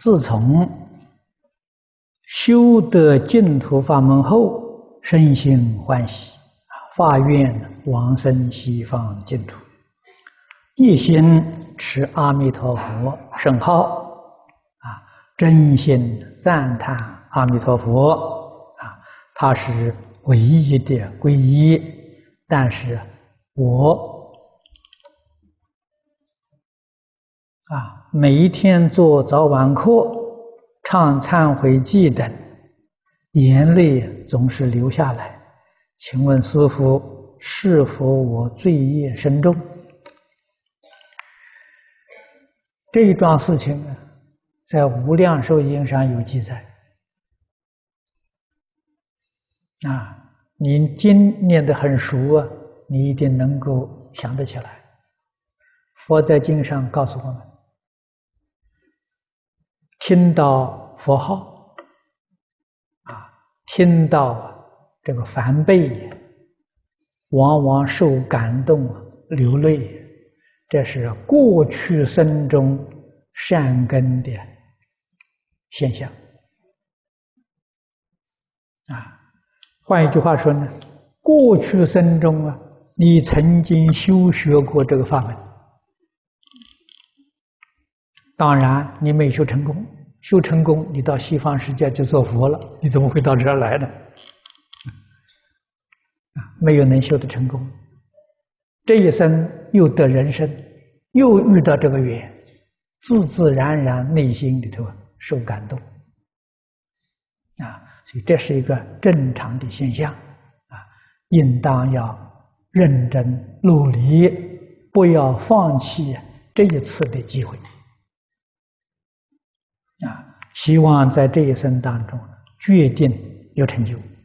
自从修得净土法门后，身心欢喜，发愿往生西方净土，一心持阿弥陀佛圣号，真心赞叹阿弥陀佛，他是唯一的皈依。但是我每一天做早晚课，唱忏悔记等，眼泪总是流下来。请问师父，是否我罪业深重？这一桩事情在《无量寿经》上有记载。你经念得很熟你一定能够想得起来。佛在经上告诉我们，听到佛号听到这个梵呗，往往受感动流泪，这是过去生中善根的现象换一句话说呢，过去生中你曾经修学过这个法门，当然你没修成功，修成功你到西方世界就做佛了，你怎么会到这儿来呢？没有能修得成功，这一生又得人生，又遇到这个缘，自自然然内心里头受感动所以这是一个正常的现象应当要认真努力，不要放弃这一次的机会希望在这一生当中决定有成就。